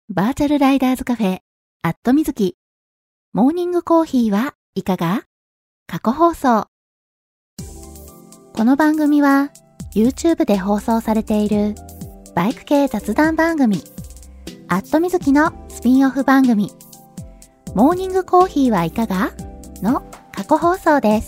バーチャルライダーズカフェ、アットみずき。モーニングコーヒーはいかが？過去放送。この番組は YouTube で放送されているバイク系雑談番組、アットみずきのスピンオフ番組、モーニングコーヒーはいかが？の過去放送です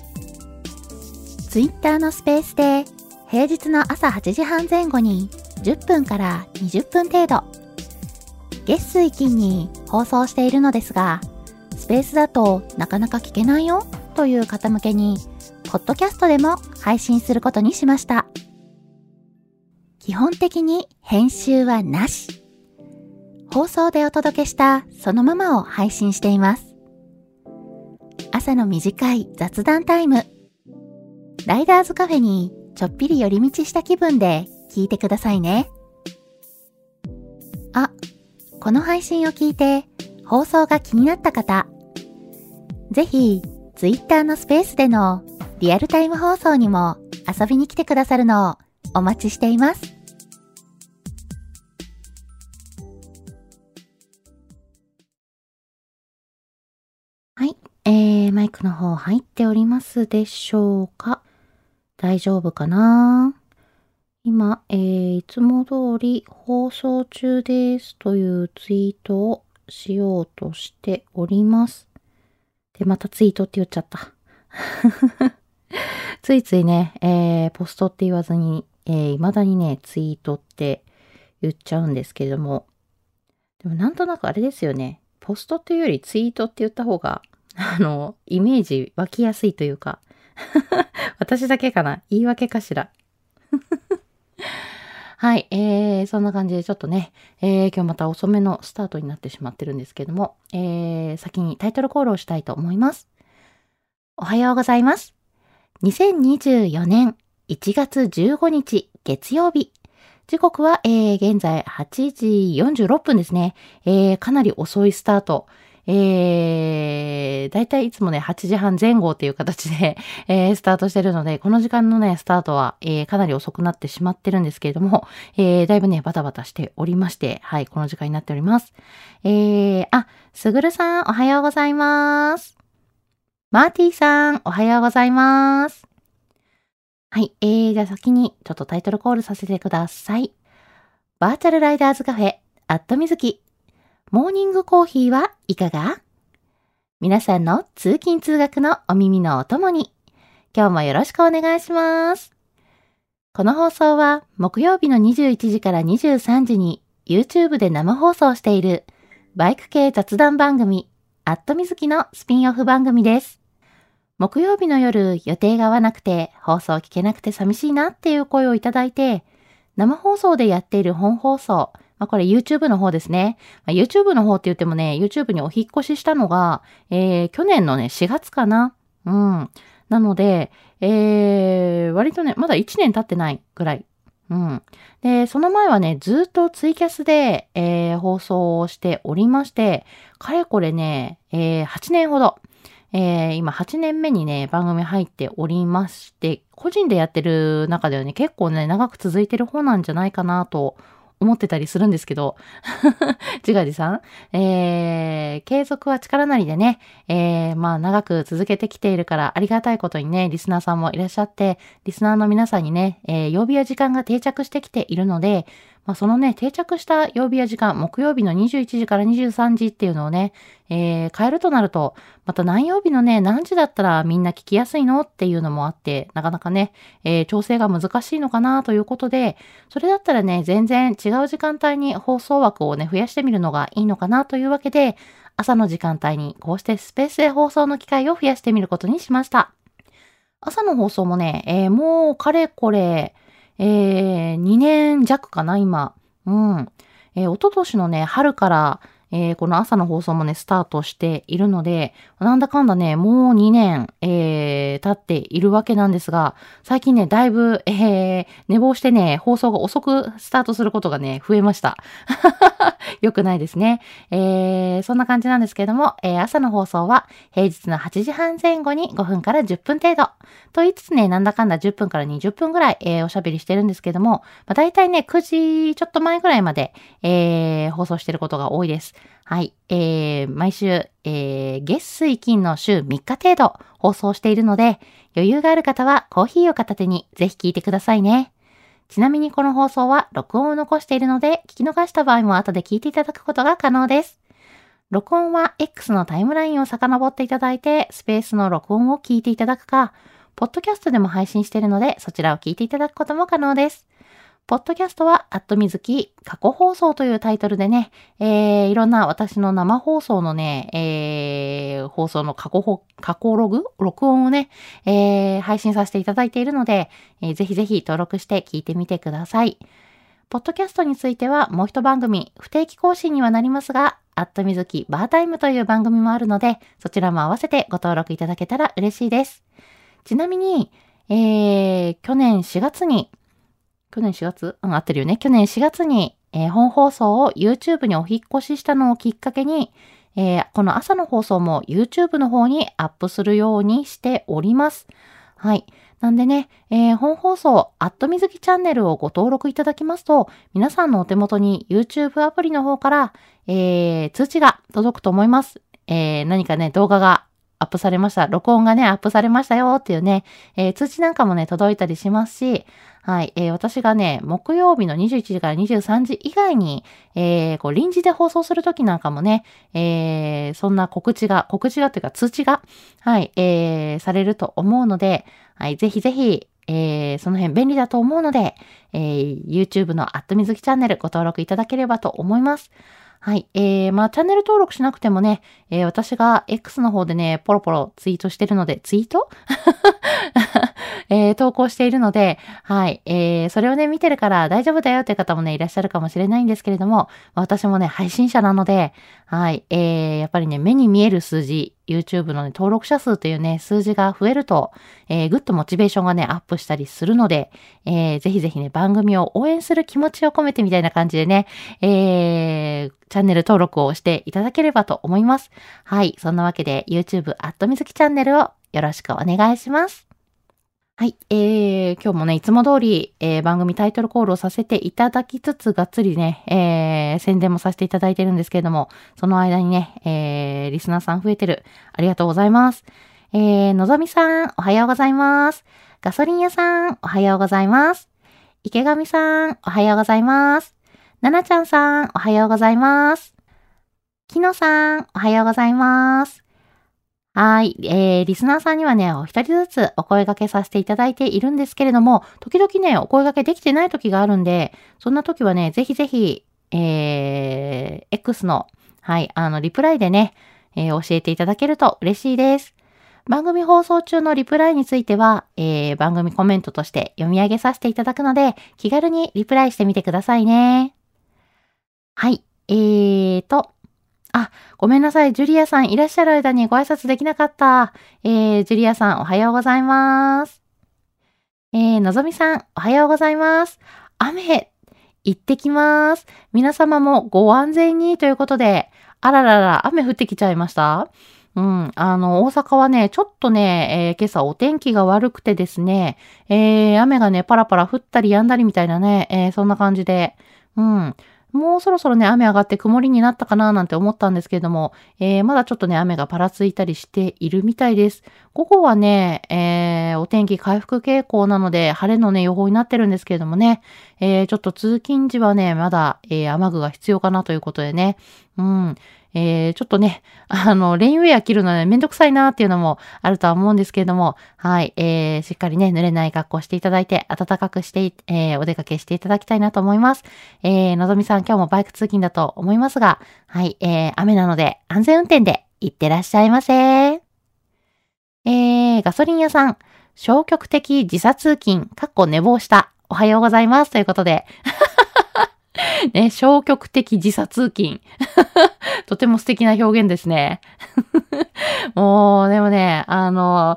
。Twitter のスペースで平日の朝8時半前後に10分から20分程度、月水金に放送しているのですが、スペースだとなかなか聞けないよという方向けに、ポッドキャストでも配信することにしました。基本的に編集はなし。放送でお届けしたそのままを配信しています。朝の短い雑談タイム。ライダーズカフェにちょっぴり寄り道した気分で聞いてくださいね。この配信を聞いて放送が気になった方、ぜひ Twitter のスペースでのリアルタイム放送にも遊びに来てくださるのをお待ちしています。はい、マイクの方入っておりますでしょうか？大丈夫かな？今、いつも通り放送中ですというツイートをしようとしております。で、またツイートって言っちゃった。ついついね、ポストって言わずに、未だにね、ツイートって言っちゃうんですけれども。でもなんとなくあれですよね。ポストっていうよりツイートって言った方が、イメージ湧きやすいというか。私だけかな？言い訳かしら。はい、そんな感じでちょっとね、今日また遅めのスタートになってしまってるんですけども、先にタイトルコールをしたいと思います。おはようございます。2024年1月15日月曜日。時刻は、現在8時46分ですね。かなり遅いスタート。だいたいいつもね、8時半前後っていう形で、スタートしてるので、この時間のね、スタートは、かなり遅くなってしまってるんですけれども、だいぶね、バタバタしておりまして、はい、この時間になっております。すぐるさん、おはようございます。マーティーさん、おはようございます。はい、じゃあ先にちょっとタイトルコールさせてください。バーチャルライダーズカフェ、アットみずき。モーニングコーヒーはいかが？皆さんの通勤通学のお耳のお供に、今日もよろしくお願いします。この放送は木曜日の21時から23時に YouTube で生放送しているバイク系雑談番組、アットみずきのスピンオフ番組です。木曜日の夜予定が合わなくて放送聞けなくて寂しいなっていう声をいただいて、生放送でやっている本放送、これ YouTube の方ですね。YouTube の方って言ってもね、YouTube にお引っ越ししたのが、去年のね、4月かな。なので、割とね、まだ1年経ってないぐらい。で、その前はね、ずっとツイキャスで、放送をしておりまして、かれこれね、8年ほど。今8年目にね、番組入っておりまして、個人でやってる中ではね、結構ね、長く続いてる方なんじゃないかなと思ってたりするんですけど、自画自賛、継続は力なりでね、長く続けてきているからありがたいことにね、リスナーさんもいらっしゃって、リスナーの皆さんにね、曜日や時間が定着してきているので、そのね、定着した曜日や時間、木曜日の21時から23時っていうのをね、変えるとなると、また何曜日のね、何時だったらみんな聞きやすいのっていうのもあって、なかなかね、調整が難しいのかなということで、それだったらね、全然違う時間帯に放送枠をね、増やしてみるのがいいのかなというわけで、朝の時間帯にこうしてスペースで放送の機会を増やしてみることにしました。朝の放送もね、もうかれこれ、2年弱かな、今。一昨年のね、春から、この朝の放送もね、スタートしているので、なんだかんだね、もう2年、経っているわけなんですが、最近ね、だいぶ、寝坊してね、放送が遅くスタートすることがね、増えました。 良くないですね。そんな感じなんですけども、朝の放送は平日の8時半前後に5分から10分程度。と言いつつね、なんだかんだ10分から20分ぐらい、おしゃべりしてるんですけども、だいたいね、9時ちょっと前ぐらいまで、放送してることが多いです。はい。毎週、月水金の週3日程度放送しているので、余裕がある方はコーヒーを片手にぜひ聞いてくださいね。ちなみにこの放送は録音を残しているので、聞き逃した場合も後で聞いていただくことが可能です。録音は X のタイムラインを遡っていただいて、スペースの録音を聞いていただくか、ポッドキャストでも配信しているので、そちらを聞いていただくことも可能です。ポッドキャストは、みずき過去放送というタイトルでね、いろんな私の生放送のね、放送の過去録音をね、配信させていただいているので、ぜひぜひ登録して聞いてみてください。ポッドキャストについてはもう一番組、不定期更新にはなりますが、みずきバータイムという番組もあるので、そちらも合わせてご登録いただけたら嬉しいです。ちなみに、去年4月に、合ってるよね。去年4月に、本放送を YouTube にお引っ越ししたのをきっかけに、この朝の放送も YouTube の方にアップするようにしております。はい。なんでね、本放送、みずきチャンネルをご登録いただきますと、皆さんのお手元に YouTube アプリの方から、通知が届くと思います。何かね、動画がアップされました。録音がね、アップされましたよっていうね、通知なんかもね、届いたりしますし、はい、私がね、木曜日の21時から23時以外に、臨時で放送するときなんかもね、そんな告知がというか通知が、はい、されると思うので、はい、ぜひぜひ、その辺便利だと思うので、YouTube のみずきチャンネルご登録いただければと思います。はい。チャンネル登録しなくてもね、私が X の方でね、ポロポロツイートしてるので、ツイート投稿しているので、はい。それをね、見てるから大丈夫だよっていう方もね、いらっしゃるかもしれないんですけれども、私もね、配信者なので、はい。やっぱりね、目に見える数字、YouTube のね、登録者数というね、数字が増えると、ぐっとモチベーションがね、アップしたりするので、ぜひぜひね、番組を応援する気持ちを込めてみたいな感じでね、チャンネル登録をしていただければと思います。はい。そんなわけで YouTube みずきチャンネルをよろしくお願いします。はい。今日もね、いつも通り、番組タイトルコールをさせていただきつつ、がっつりね、宣伝もさせていただいてるんですけれども、その間にね、リスナーさん増えてる。ありがとうございます。のぞみさん、おはようございます。ガソリン屋さん、おはようございます。池上さん、おはようございます。ななちゃんさん、おはようございます。きのさん、おはようございます。はい。リスナーさんにはね、お一人ずつお声掛けさせていただいているんですけれども、時々ね、お声掛けできてない時があるんで、そんな時はね、ぜひぜひ、X の、はい、リプライでね、教えていただけると嬉しいです。番組放送中のリプライについては、番組コメントとして読み上げさせていただくので、気軽にリプライしてみてくださいね。はい。ごめんなさい。ジュリアさんいらっしゃる間にご挨拶できなかった。ジュリアさんおはようございます。のぞみさんおはようございます。雨、行ってきます。皆様もご安全にということで、あららら、雨降ってきちゃいました？うん、大阪はね、ちょっとね、今朝お天気が悪くてですね、雨がね、パラパラ降ったり止んだりみたいなね、そんな感じで、うん。もうそろそろね、雨上がって曇りになったかななんて思ったんですけれども、まだちょっとね、雨がぱらついたりしているみたいです。午後はね、お天気回復傾向なので、晴れのね、予報になってるんですけれどもね、ちょっと通勤時はね、まだ、雨具が必要かなということでね、うん。ちょっとね、レインウェア着るのね、めんどくさいなっていうのもあるとは思うんですけれども、はい、しっかりね、濡れない格好していただいて、暖かくして、お出かけしていただきたいなと思います。のぞみさん、今日もバイク通勤だと思いますが、はい、雨なので安全運転で行ってらっしゃいませ。ガソリン屋さん、消極的時差通勤、寝坊した。おはようございます。ということで。ね、消極的時差通勤。とても素敵な表現ですね。もう、でもね、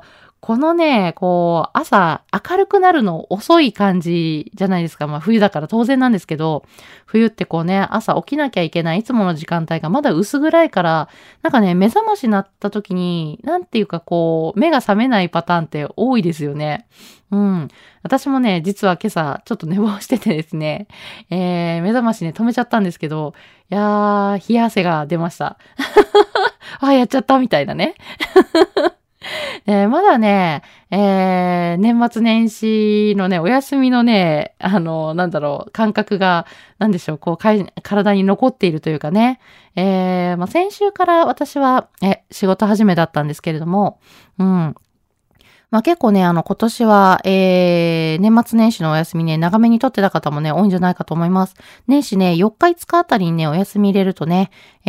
このね、こう、朝明るくなるの遅い感じじゃないですか。まあ冬だから当然なんですけど、冬ってこうね、朝起きなきゃいけないいつもの時間帯がまだ薄暗いから、なんかね、目覚ましになった時に、なんていうかこう、目が覚めないパターンって多いですよね。うん。私もね、実は今朝ちょっと寝坊しててですね、目覚ましね、止めちゃったんですけど、いやー、冷や汗が出ました。あ、やっちゃったみたいなね。まだね、年末年始のね、お休みのね、感覚が、なんでしょう、こう、体に残っているというかね。まあ、先週から私は、仕事始めだったんですけれども、うん。まあ結構ね、今年は、年末年始のお休みね、長めに取ってた方もね、多いんじゃないかと思います。年始ね、4日5日あたりにね、お休み入れるとね、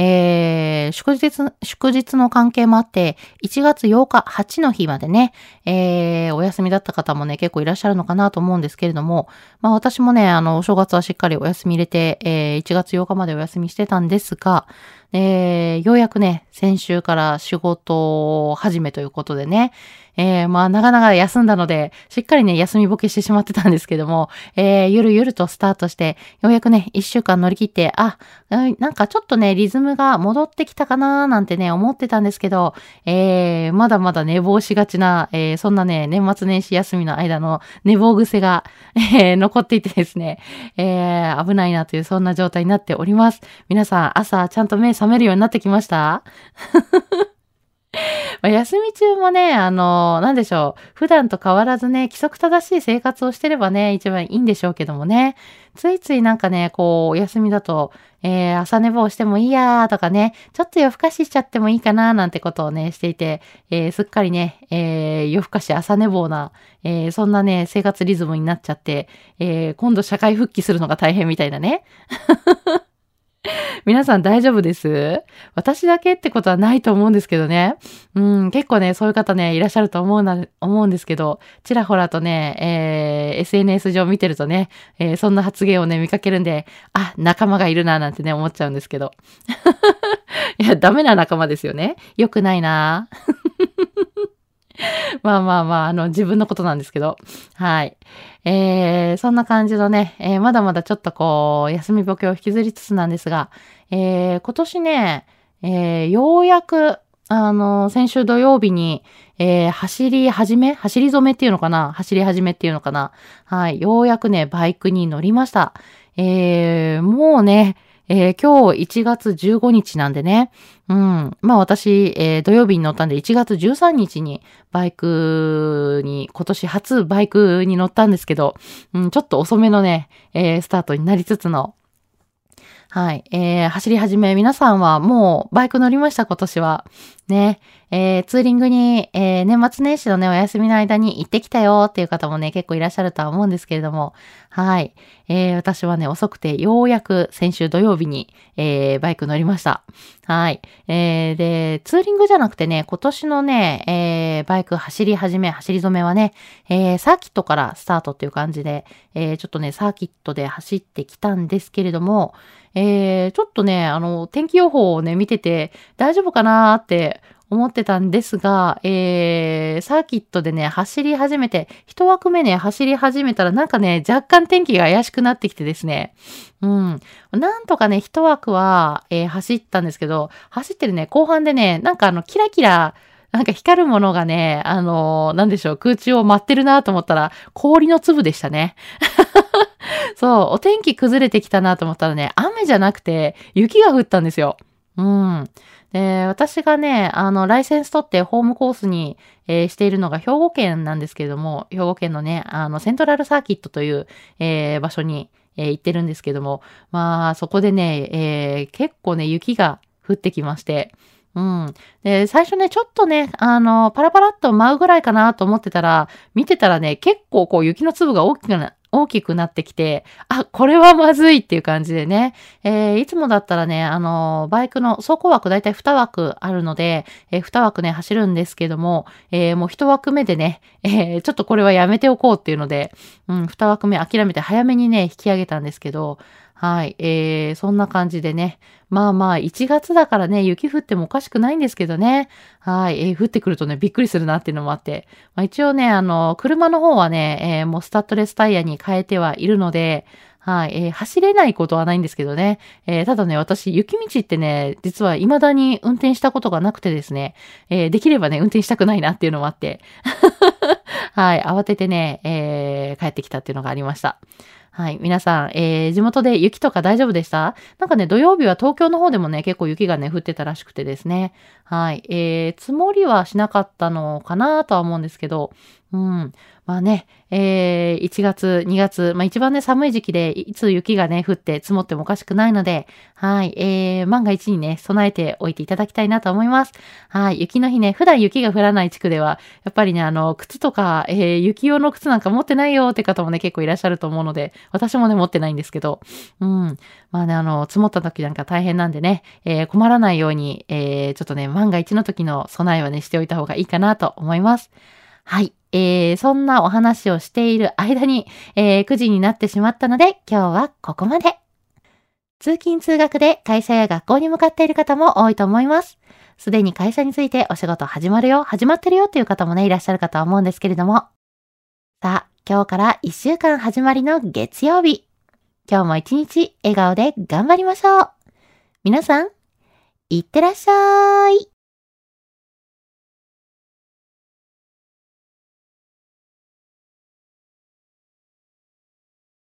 祝日の関係もあって、1月8日、8の日までね、お休みだった方もね、結構いらっしゃるのかなと思うんですけれども、まあ私もね、お正月はしっかりお休み入れて、1月8日までお休みしてたんですが、ようやくね、先週から仕事始めということでね、まあ、長々休んだので、しっかりね、休みボケしてしまってたんですけども、ゆるゆるとスタートして、ようやくね、1週間乗り切って、なんかちょっとね、リズムが戻ってきたかなーなんてね、思ってたんですけど、まだまだ寝坊しがちな、そんなね、年末年始休みの間の寝坊癖が、残っていてですね、危ないなという、そんな状態になっております。皆さん、朝ちゃんと目覚めるようになってきました？まあ休み中もね、なんでしょう。普段と変わらずね、規則正しい生活をしてればね、一番いいんでしょうけどもね。ついついなんかね、こう、お休みだと、朝寝坊してもいいやーとかね、ちょっと夜更かししちゃってもいいかなーなんてことをね、していて、すっかりね、夜更かし朝寝坊な、そんなね、生活リズムになっちゃって、今度社会復帰するのが大変みたいなね。皆さん大丈夫です？私だけってことはないと思うんですけどね。うん、結構ね、そういう方ね、いらっしゃると思うんですけど、ちらほらとね、SNS 上見てるとね、そんな発言をね、見かけるんで、仲間がいるな、なんてね、思っちゃうんですけど。いや、ダメな仲間ですよね。良くないな。まあまあまあ、自分のことなんですけど。はい。そんな感じのね、まだまだちょっとこう、休みぼけを引きずりつつなんですが、今年ね、ようやく、先週土曜日に、走り初めっていうのかな、走り始めっていうのかな。はい。ようやくね、バイクに乗りました。もうね、今日1月15日なんでね。うん。まあ私、土曜日に乗ったんで1月13日に今年初バイクに乗ったんですけど、ちょっと遅めのね、スタートになりつつの、はい。走り始め、皆さんはもうバイク乗りました、今年は。ね。ツーリングに、年末年始のね、お休みの間に行ってきたよっていう方もね、結構いらっしゃるとは思うんですけれども、はい。私はね、遅くて、ようやく先週土曜日に、バイク乗りました。はい。で、ツーリングじゃなくてね、今年のね、バイク走り始めはね、サーキットからスタートっていう感じで、ちょっとね、サーキットで走ってきたんですけれども、ちょっとね、天気予報をね、見てて大丈夫かなーって思ってたんですが、サーキットでね、走り始めて、一枠目ね、走り始めたらなんかね、若干天気が怪しくなってきてですね、うん。なんとかね、一枠は、走ったんですけど、走ってるね、後半でね、なんかキラキラ、なんか光るものがね、なんでしょう、空中を舞ってるなと思ったら、氷の粒でしたね。そう、お天気崩れてきたなと思ったらね、雨じゃなくて雪が降ったんですよ。うん。で、私がね、ライセンス取ってホームコースに、しているのが兵庫県なんですけれども、兵庫県のね、セントラルサーキットという、場所に、行ってるんですけども、まあ、そこでね、結構ね、雪が降ってきまして、うん。で、最初ね、ちょっとね、パラパラっと舞うぐらいかなと思ってたら、見てたらね、結構こう雪の粒が大きくなってきて、これはまずいっていう感じでね。いつもだったらね、バイクの走行枠だいたい2枠あるので、2枠ね、走るんですけども、もう1枠目でね、ちょっとこれはやめておこうっていうので、2枠目諦めて早めにね、引き上げたんですけど、 はい。そんな感じでね。まあまあ、1月だからね、雪降ってもおかしくないんですけどね。はい。降ってくるとね、びっくりするなっていうのもあって。まあ、一応ね、車の方はね、もうスタッドレスタイヤに変えてはいるので、はい。走れないことはないんですけどね。ただね、私、雪道ってね、実は未だに運転したことがなくてですね、できればね、運転したくないなっていうのもあって、はい。慌ててね、帰ってきたっていうのがありました。はい。皆さん、地元で雪とか大丈夫でした？なんかね、土曜日は東京の方でもね、結構雪がね、降ってたらしくてですね。はい。積もりはしなかったのかなとは思うんですけど、うん。まあね、1月、2月、まあ一番ね、寒い時期で、いつ雪がね、降って積もってもおかしくないので、はい。万が一にね、備えておいていただきたいなと思います。はい。雪の日ね、普段雪が降らない地区では、やっぱりね、靴とか、雪用の靴なんか持ってないよって方もね、結構いらっしゃると思うので、私もね、持ってないんですけど、うん。まあね、積もった時なんか大変なんでね、困らないように、ちょっとね、万が一の時の備えはね、しておいた方がいいかなと思います。はい。そんなお話をしている間に、9時になってしまったので、今日はここまで。通勤通学で会社や学校に向かっている方も多いと思います。すでに会社についてお仕事始まるよ、始まってるよっていう方もね、いらっしゃるかとは思うんですけれども。さあ、今日から1週間始まりの月曜日。今日も一日笑顔で頑張りましょう。皆さん、いってらっしゃい。